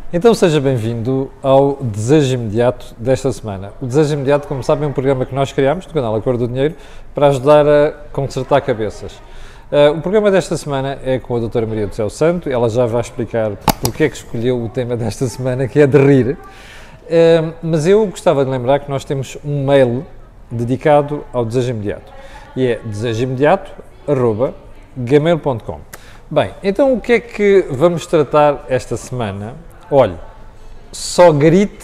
Então seja bem-vindo ao Desejo Imediato desta semana. O Desejo Imediato, como sabem, é um programa que nós criámos, do canal A Cor do Dinheiro, para ajudar a consertar cabeças. O programa desta semana é com a doutora Maria do Céu Santo. Ela já vai explicar porque é que escolheu o tema desta semana, que é de rir. Mas eu gostava de lembrar que nós temos um mail dedicado ao Desejo Imediato. E é desejoimediato@gmail.com. Bem, então o que é que vamos tratar esta semana? Olhe, sogrite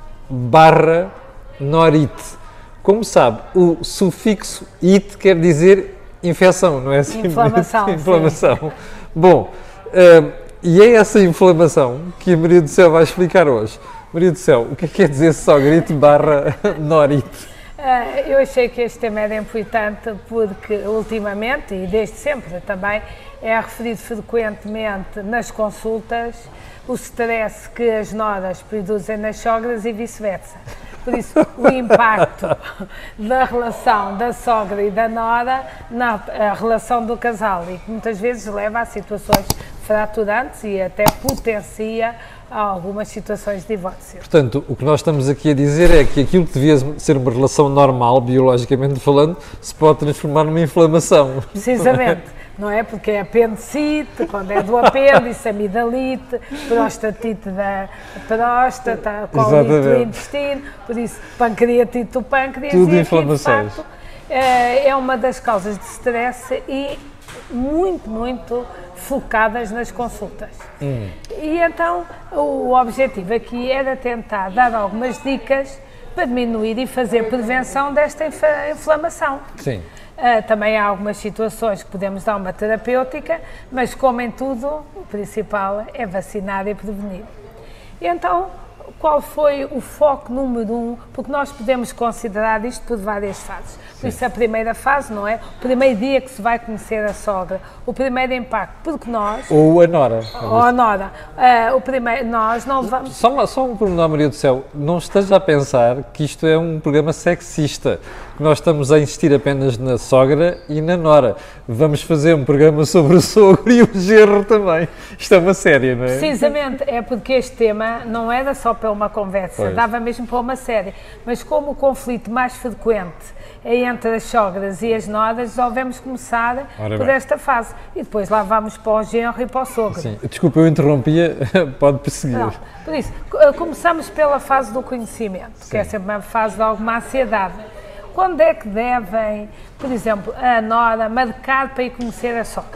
/ norite. Como sabe, o sufixo ite quer dizer infecção, não é assim? Inflamação. Inflamação. Bom, e é essa inflamação que a Maria do Céu vai explicar hoje. Maria do Céu, o que é que quer dizer sogrite / norite? Eu achei que este tema era importante porque ultimamente, e desde sempre também, é referido frequentemente nas consultas o stress que as noras produzem nas sogras e vice-versa. Por isso, o impacto da relação da sogra e da nora na relação do casal e que muitas vezes leva a situações fraturantes e até potencia algumas situações de divórcio. Portanto, o que nós estamos aqui a dizer é que aquilo que devia ser uma relação normal, biologicamente falando, se pode transformar numa inflamação. Precisamente. Não é? Porque é apendicite, quando é do apêndice, amidalite, prostatite da próstata, colite do intestino, por isso, pancreatite do pâncreas. Tudo e inflamações. Aqui, de facto, é uma das causas de stress e muito focadas nas consultas. E então, o objetivo aqui era tentar dar algumas dicas para diminuir e fazer prevenção desta inflamação. Sim. Também há algumas situações que podemos dar uma terapêutica, mas como em tudo, o principal é vacinar e prevenir. E então, qual foi o foco número 1? Porque nós podemos considerar isto por várias fases. Por isso, a primeira fase, não é? O primeiro dia que se vai conhecer a sogra, o primeiro impacto, porque nós... Ou a nora. Ou a nora. O primeiro, nós não vamos... Só um pormenor, Maria do Céu, não esteja a pensar que isto é um programa sexista, que nós estamos a insistir apenas na sogra e na nora. Vamos fazer um programa sobre o sogro e o genro também. Isto é uma série, não é? Precisamente, é porque este tema não era só para uma conversa, dava mesmo para uma série, mas como o conflito mais frequente é entre as sogras e as noras, resolvemos começar por esta fase e depois lá vamos para o genro e para o sogro. Sim. Desculpa, eu interrompia, pode prosseguir. Não, por isso, começamos pela fase do conhecimento, que é sempre uma fase de alguma ansiedade. Quando é que devem, por exemplo, a nora marcar para ir conhecer a sogra?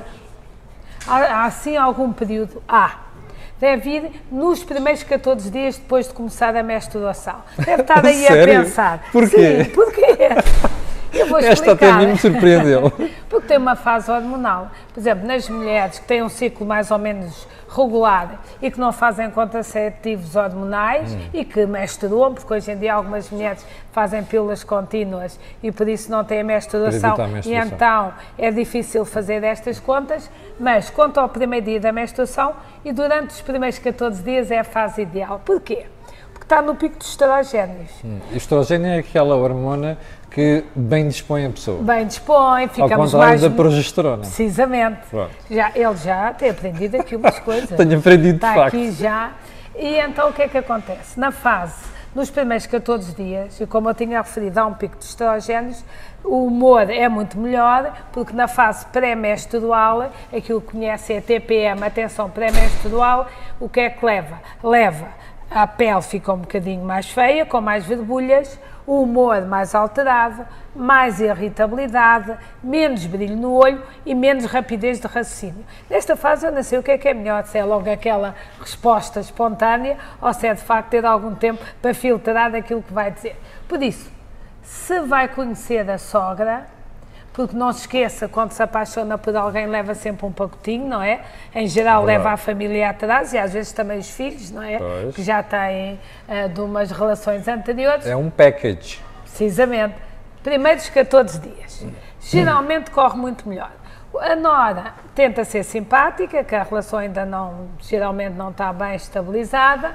Há assim algum período? Deve ir nos primeiros 14 dias depois de começar a menstruação. Deve estar aí a pensar. Porquê? Sim, porquê? Eu vou explicar. Esta até a mim me surpreendeu. Porque tem uma fase hormonal. Por exemplo, nas mulheres que têm um ciclo mais ou menos regular e que não fazem contraceptivos hormonais e que menstruam, porque hoje em dia algumas mulheres fazem pílulas contínuas e por isso não têm a menstruação, e então é difícil fazer estas contas, mas conta ao primeiro dia da menstruação e durante os primeiros 14 dias é a fase ideal. Porquê? Porque está no pico dos estrogénios. O estrogênio é aquela hormona que bem dispõe a pessoa. Bem dispõe, ficamos ao contrário mais... da progesterona. Precisamente. Ele já tem aprendido aqui umas coisas. Tenho aprendido, de facto. Está aqui já. E então o que é que acontece? Na fase, nos primeiros 14 dias, e como eu tinha referido, há um pico de estrogénios, o humor é muito melhor, porque na fase pré-menstrual, aquilo que conhece é TPM, atenção pré-menstrual, o que é que leva? Leva, a pele fica um bocadinho mais feia, com mais verbulhas, o humor mais alterado, mais irritabilidade, menos brilho no olho e menos rapidez de raciocínio. Nesta fase eu não sei o que é melhor, se é logo aquela resposta espontânea ou se é de facto ter algum tempo para filtrar aquilo que vai dizer. Por isso, se vai conhecer a sogra, porque não se esqueça, quando se apaixona por alguém leva sempre um pacotinho, não é? Em geral leva a família atrás e às vezes também os filhos, não é? Pois. Que já têm de umas relações anteriores. É um package. Precisamente. Primeiros 14 dias. Geralmente corre muito melhor. A nora tenta ser simpática, que a relação ainda geralmente não está bem estabilizada,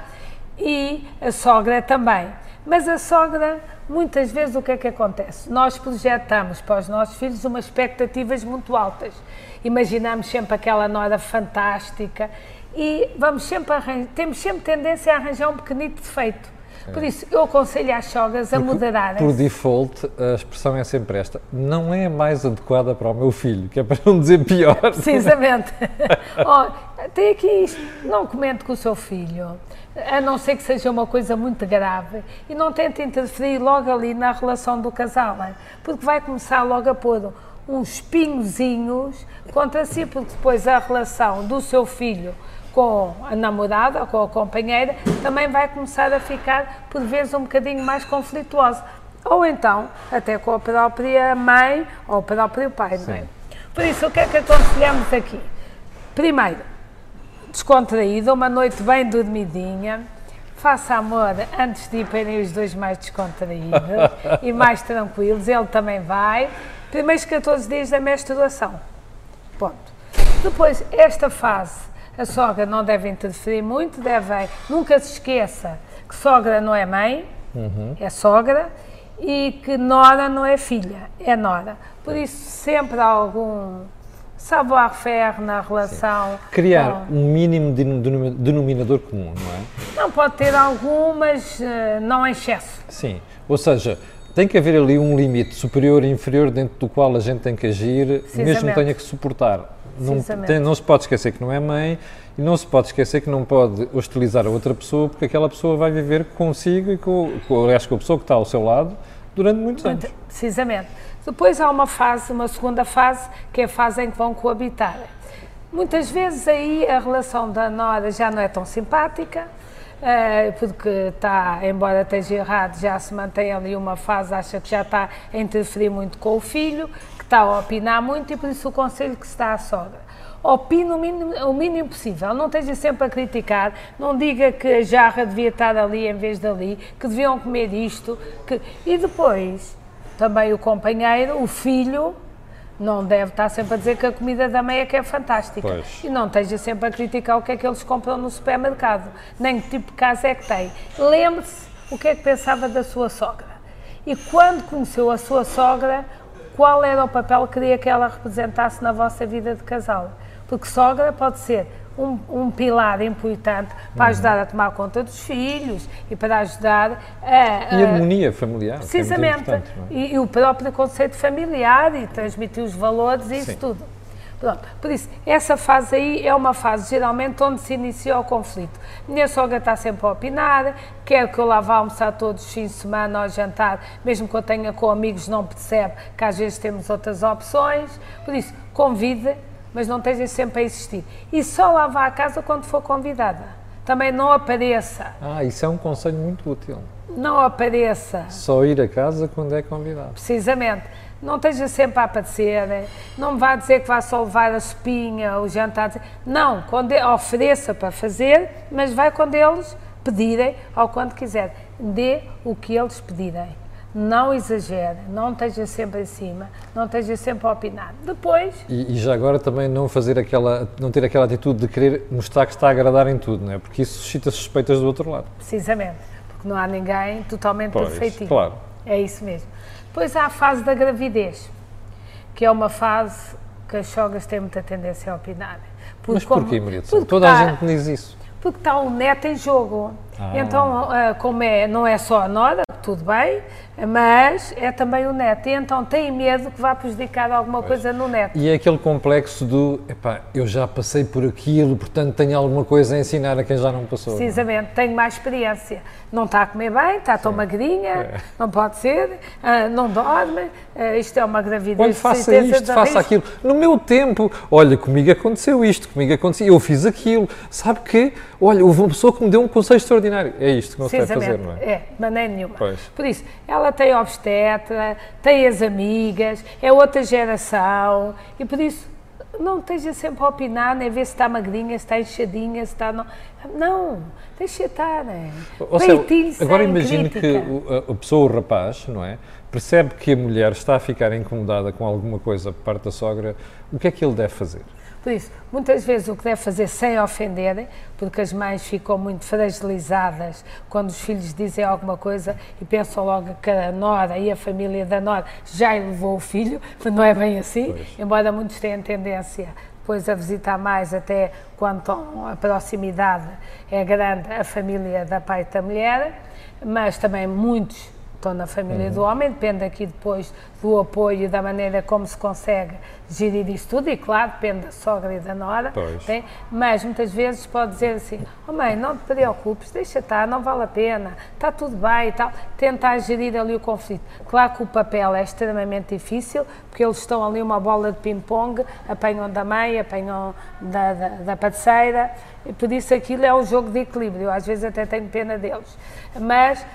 e a sogra também. Mas a sogra, muitas vezes, o que é que acontece? Nós projetamos para os nossos filhos umas expectativas muito altas. Imaginamos sempre aquela nora fantástica e temos sempre tendência a arranjar um pequenito defeito. Por isso, eu aconselho às sogras a moderarem-se. Por default, a expressão é sempre esta: não é a mais adequada para o meu filho, que é para não dizer pior. Precisamente. Tem aqui isto, não comente com o seu filho, a não ser que seja uma coisa muito grave, e não tente interferir logo ali na relação do casal, porque vai começar logo a pôr uns pinhozinhos contra si, porque depois a relação do seu filho com a namorada, com a companheira, também vai começar a ficar, por vezes, um bocadinho mais conflituosa. Ou então, até com a própria mãe ou o próprio pai, não é? Por isso, o que é que aconselhamos aqui? Primeiro, descontraído, uma noite bem dormidinha, faça amor antes de irem os dois mais descontraídos e mais tranquilos, ele também vai. Primeiros 14 dias da menstruação. Ponto. Depois, esta fase, a sogra não deve interferir muito, nunca se esqueça que sogra não é mãe, é sogra, e que nora não é filha, é nora. Por isso, sempre há algum savoir-faire na relação. Criar um mínimo denominador comum, não é? Não, pode ter algum, mas não em excesso. Sim, ou seja, tem que haver ali um limite superior e inferior dentro do qual a gente tem que agir, mesmo que tenha que suportar. Não se pode esquecer que não é mãe e não se pode esquecer que não pode hostilizar a outra pessoa, porque aquela pessoa vai viver consigo e com a pessoa que está ao seu lado durante muitos anos. Precisamente. Depois há uma segunda fase, que é a fase em que vão coabitar. Muitas vezes aí a relação da nora já não é tão simpática, porque está, embora esteja errado, já se mantém ali uma fase, acha que já está a interferir muito com o filho, que está a opinar muito, e por isso o conselho que se dá à sogra: opine o mínimo possível, não esteja sempre a criticar, não diga que a jarra devia estar ali em vez dali, que deviam comer isto, e depois também o companheiro, o filho, não deve estar sempre a dizer que a comida da mãe é que é fantástica. Pois. E não esteja sempre a criticar o que é que eles compram no supermercado, nem que tipo de casa é que tem. Lembre-se o que é que pensava da sua sogra. E quando conheceu a sua sogra, qual era o papel que queria que ela representasse na vossa vida de casal. Porque sogra pode ser um pilar importante para ajudar a tomar conta dos filhos e para ajudar a... E a harmonia familiar. Precisamente. Que é muito e o próprio conceito familiar e transmitir os valores e isso tudo. Pronto. Por isso, essa fase aí é uma fase geralmente onde se inicia o conflito. Minha sogra está sempre a opinar, quer que eu lá vá almoçar todos os fins de semana ou jantar, mesmo que eu tenha com amigos, não percebe que às vezes temos outras opções. Por isso, convide, mas não esteja sempre a insistir. E só lá vá à casa quando for convidada. Também não apareça. Isso é um conselho muito útil. Não apareça. Só ir a casa quando é convidado. Precisamente. Não esteja sempre a aparecer, não me vá dizer que vai só levar a sopinha, o jantar. Não, ofereça para fazer, mas vai quando eles pedirem ou quando quiser. Dê o que eles pedirem. Não exagere, não esteja sempre em cima, não esteja sempre a opinar. Depois... E já agora também não ter aquela atitude de querer mostrar que está a agradar em tudo, não é? Porque isso suscita suspeitas do outro lado. Precisamente, porque não há ninguém totalmente perfeitinho. Claro. É isso mesmo. Depois há a fase da gravidez, que é uma fase que as sogras têm muita tendência a opinar. Mas porquê, Maria de Sousa? Toda a gente diz isso. Porque está o neto em jogo. Então, como não é só a nora, tudo bem, mas é também o neto. E então tem medo que vá prejudicar alguma coisa no neto. E é aquele complexo do, eu já passei por aquilo, portanto tenho alguma coisa a ensinar a quem já não passou. Precisamente, tenho mais experiência. Não está a comer bem, está tão magrinha, não pode ser, não dorme, isto é uma gravidez. Quando faça isto, faça aquilo. No meu tempo, olha, comigo aconteceu isto, eu fiz aquilo. Sabe que, olha, houve uma pessoa que me deu um conselho extraordinário. É isto que não se deve fazer, não é? É, de maneira nenhuma. Pois. Por isso, ela tem obstetra, tem as amigas, é outra geração, e por isso não esteja sempre a opinar, nem ver se está magrinha, se está inchadinha, se está... Não, deixa estar, Ou seja, agora imagino que a pessoa, o rapaz, não é? Percebe que a mulher está a ficar incomodada com alguma coisa por parte da sogra, o que é que ele deve fazer? Por isso, muitas vezes o que deve fazer sem ofenderem, porque as mães ficam muito fragilizadas quando os filhos dizem alguma coisa e pensam logo que a nora e a família da nora já levou o filho, mas não é bem assim, embora muitos tenham tendência depois a visitar mais, até quando a proximidade é grande, a família da pai da mulher, mas também muitos estão na família do homem, depende aqui depois do apoio e da maneira como se consegue gerir isto tudo, e claro, depende da sogra e da nora, mas muitas vezes pode dizer assim, oh mãe, não te preocupes, deixa estar, não vale a pena, está tudo bem e tal, tentar gerir ali o conflito. Claro que o papel é extremamente difícil, porque eles estão ali uma bola de ping-pong, apanham da mãe, apanham da parceira, e por isso aquilo é um jogo de equilíbrio, às vezes até tenho pena deles, mas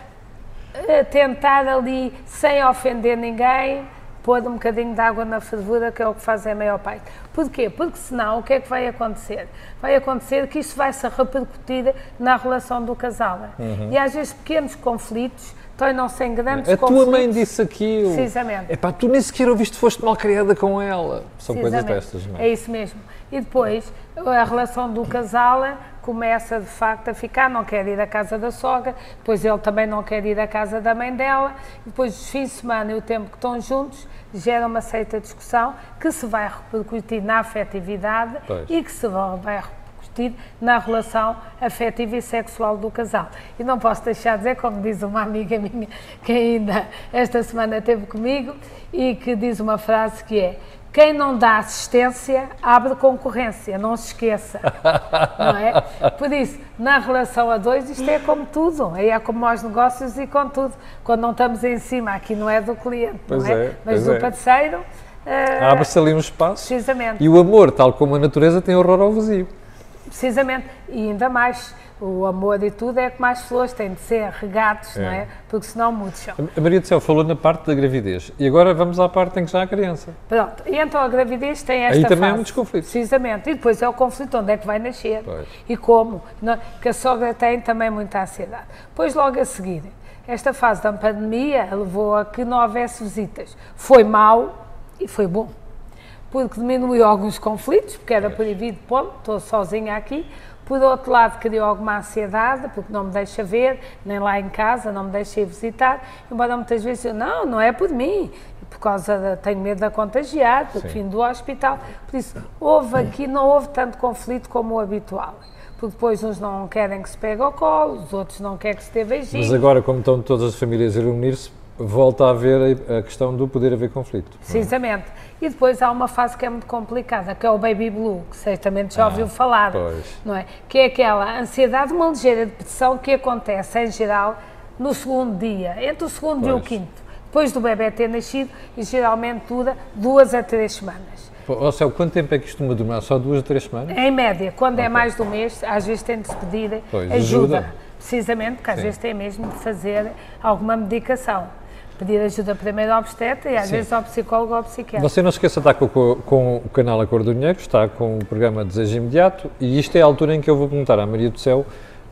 tentar ali, sem ofender ninguém, pôr um bocadinho de água na fervura, que é o que fazem a maior parte. Porquê? Porque senão, o que é que vai acontecer? Vai acontecer que isto vai se repercutir na relação do casal. E às vezes pequenos conflitos tornam-se em grandes conflitos. A tua mãe disse aquilo. Precisamente. Epá, tu nem sequer ouviste, foste mal criada com ela. São coisas destas, não é? É isso mesmo. E depois, a relação do casal começa de facto a ficar, não quer ir à casa da sogra, depois ele também não quer ir à casa da mãe dela, e depois os fins de semana e o tempo que estão juntos gera uma certa discussão que se vai repercutir na afetividade e que se vai repercutir na relação afetiva e sexual do casal. E não posso deixar de dizer, como diz uma amiga minha que ainda esta semana esteve comigo e que diz uma frase que é: quem não dá assistência, abre concorrência, não se esqueça, não é? Por isso, na relação a dois, isto é como tudo, é como aos negócios e com tudo. Quando não estamos em cima, aqui não é do cliente, não é? Mas do parceiro... abre-se ali um espaço. Precisamente. E o amor, tal como a natureza, tem horror ao vazio. Precisamente. E ainda mais, o amor e tudo é que mais flores têm de ser regados, não é? Porque senão murcham. A Maria do Céu falou na parte da gravidez e agora vamos à parte em que já há criança. Pronto, e então a gravidez tem esta fase. Aí também fase. há muitos conflitos. Precisamente, e depois é o conflito, onde é que vai nascer e como, que a sogra tem também muita ansiedade. Depois logo a seguir, esta fase da pandemia levou a que não houvesse visitas. Foi mau e foi bom, porque diminuiu alguns conflitos, porque era proibido, ponto, estou sozinha aqui. Por outro lado, criou alguma ansiedade, porque não me deixa ver, nem lá em casa, não me deixa ir visitar, embora muitas vezes eu, não é por mim, por causa tenho medo de contagiar, porque vim do hospital, por isso, não houve tanto conflito como o habitual, porque depois uns não querem que se pegue ao colo, os outros não querem que se dê beijinho. Mas agora, como estão todas as famílias a reunir-se, volta a haver a questão do poder haver conflito. Precisamente. E depois há uma fase que é muito complicada, que é o baby blue, que certamente já ouviu falar, não é? Que é aquela ansiedade, uma ligeira depressão que acontece, em geral, no segundo dia, entre o segundo e o quinto, depois do bebê ter nascido, e geralmente dura 2 a 3 semanas. Ó Céu, quanto tempo é que isto demora? Só 2 a 3 semanas? Em média, quando é mais de um mês, às vezes tem de se pedir ajuda. Precisamente, porque às vezes tem mesmo de fazer alguma medicação. Pedir ajuda primeiro ao obstetra e às vezes ao psicólogo ou ao psiquiatra. Você não se esqueça de estar com o canal A Cor do Dinheiro, está com o programa Desejo Imediato, e isto é a altura em que eu vou perguntar à Maria do Céu,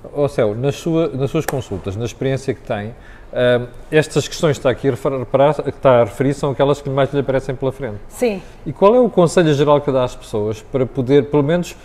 nas suas consultas, na experiência que tem, estas questões que está a referir são aquelas que mais lhe aparecem pela frente. Sim. E qual é o conselho geral que dá às pessoas para poder, pelo menos,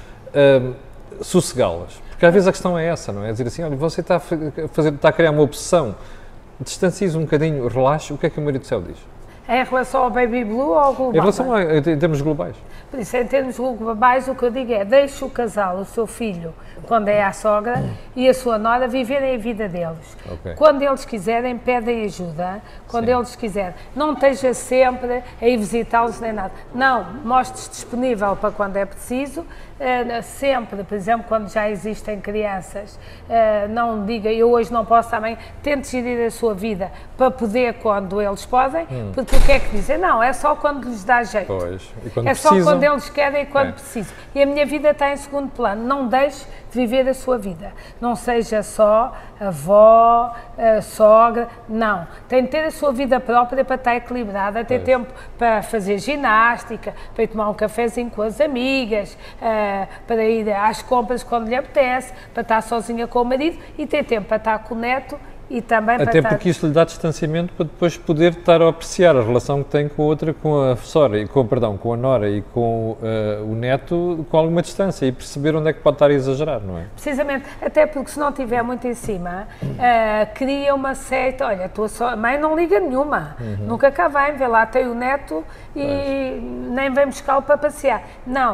sossegá-las? Porque às vezes a questão é essa, não é? Dizer assim, olha, você está a criar uma obsessão, distancie-se um bocadinho, relaxe. O que é que a Maria do Céu diz? Em relação ao baby blue ou ao global? Em relação em termos globais. Por isso, em termos globais, o que eu digo é, deixe o casal, o seu filho, quando é à sogra, e a sua nora viverem a vida deles. Quando eles quiserem, pedem ajuda. Quando eles quiserem. Não esteja sempre a ir visitá-los nem nada. Não, mostre-se disponível para quando é preciso. Sempre, por exemplo, quando já existem crianças, não diga, eu hoje não posso, amanhã, tente gerir a sua vida para poder quando eles podem, porque o que é que dizem? Não, é só quando lhes dá jeito. É só quando eles querem e quando precisam. E a minha vida está em segundo plano. Não deixe de viver a sua vida. Não seja só avó, sogra, não. Tem de ter a sua vida própria para estar equilibrada, ter tempo para fazer ginástica, para ir tomar um cafezinho com as amigas, para ir às compras quando lhe apetece, para estar sozinha com o marido e ter tempo para estar com o neto e também para até porque isso lhe dá distanciamento para depois poder estar a apreciar a relação que tem com a outra, com a sogra, com a nora e com o neto com alguma distância e perceber onde é que pode estar a exagerar, não é? Precisamente, até porque se não estiver muito em cima, cria uma certa, olha, a tua mãe não liga nenhuma, nunca cá vem, vê lá, tem o neto e nem vem buscá-lo para passear. Não.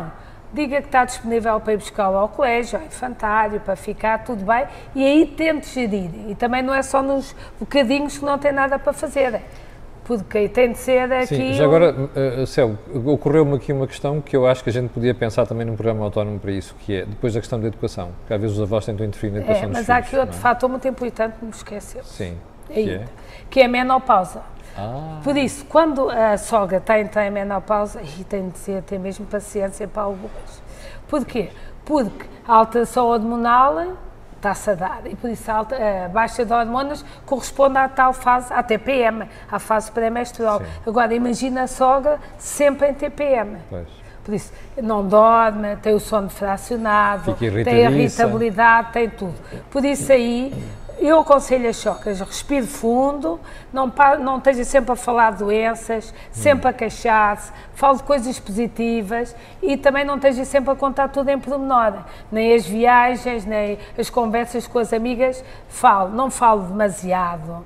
diga que está disponível para ir buscá-lo ao colégio, ao infantário, para ficar tudo bem, e aí tente gerir. E também não é só nos bocadinhos que não tem nada para fazer, porque tem de ser aqui... Sim, já agora, Céu, ocorreu-me aqui uma questão que eu acho que a gente podia pensar também num programa autónomo para isso, que é depois da questão da educação, que às vezes os avós tentam interferir na educação dos filhos. Mas há aqui outro fator muito importante que me esqueceu. Sim, que é a menopausa. Ah. Por isso, quando a sogra tem menopausa, e tem de ser, ter mesmo paciência para algumas. Porquê? Porque a alteração hormonal está-se a dar, e por isso a baixa de hormonas corresponde à tal fase, à TPM, à fase pré-menstrual. Agora, imagina a sogra sempre em TPM. Pois. Por isso, não dorme, tem o sono fracionado, tem a irritabilidade, tem tudo. Por isso aí, eu aconselho as sogras, respire fundo, não esteja sempre a falar de doenças, sempre a queixar-se, fale de coisas positivas e também não esteja sempre a contar tudo em pormenor, nem as viagens, nem as conversas com as amigas, não fale demasiado,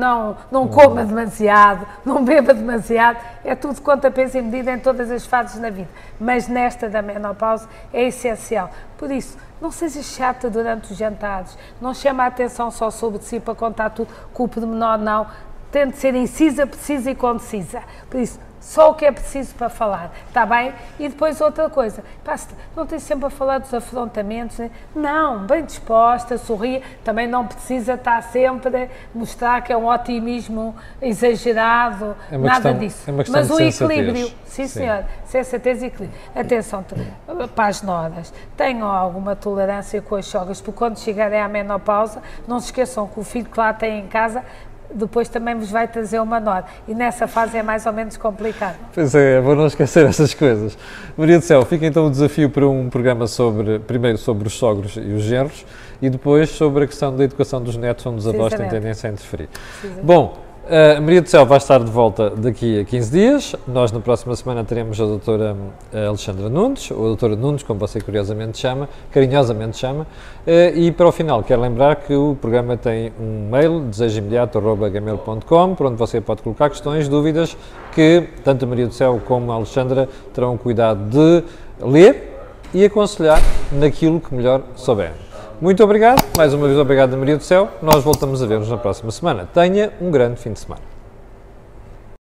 não coma demasiado, não beba demasiado, é tudo conta, peso e medida em todas as fases na vida, mas nesta da menopausa é essencial. Por isso, não seja chata durante os jantares, não chame a atenção só sobre si para contar tudo, com o pormenor não. Tente ser incisa, precisa e concisa. Por isso, só o que é preciso para falar, está bem? E depois outra coisa, não tem sempre a falar dos afrontamentos, né? Não, bem disposta, sorria, também não precisa estar sempre a mostrar que é um otimismo exagerado, nada disso. É uma questão mas o equilíbrio, sim senhor, sensatez e equilíbrio. Atenção, para as noras, tenham alguma tolerância com as sogras, porque quando chegarem à menopausa, não se esqueçam que o filho que lá tem em casa depois também vos vai trazer uma nora. E nessa fase é mais ou menos complicado. Pois é, vou não esquecer essas coisas. Maria do Céu, fica então o desafio para um programa primeiro sobre os sogros e os genros e depois sobre a questão da educação dos netos, onde os avós têm tendência a interferir. Bom, a Maria do Céu vai estar de volta daqui a 15 dias. Nós, na próxima semana, teremos a doutora Alexandra Nunes, ou a doutora Nunes, como você carinhosamente chama. E, para o final, quero lembrar que o programa tem um mail, desejoimediato@gmail.com, por onde você pode colocar questões, dúvidas, que tanto a Maria do Céu como a Alexandra terão cuidado de ler e aconselhar naquilo que melhor souberem. Muito obrigado, mais uma vez obrigado a Maria do Céu, nós voltamos a ver-nos na próxima semana. Tenha um grande fim de semana.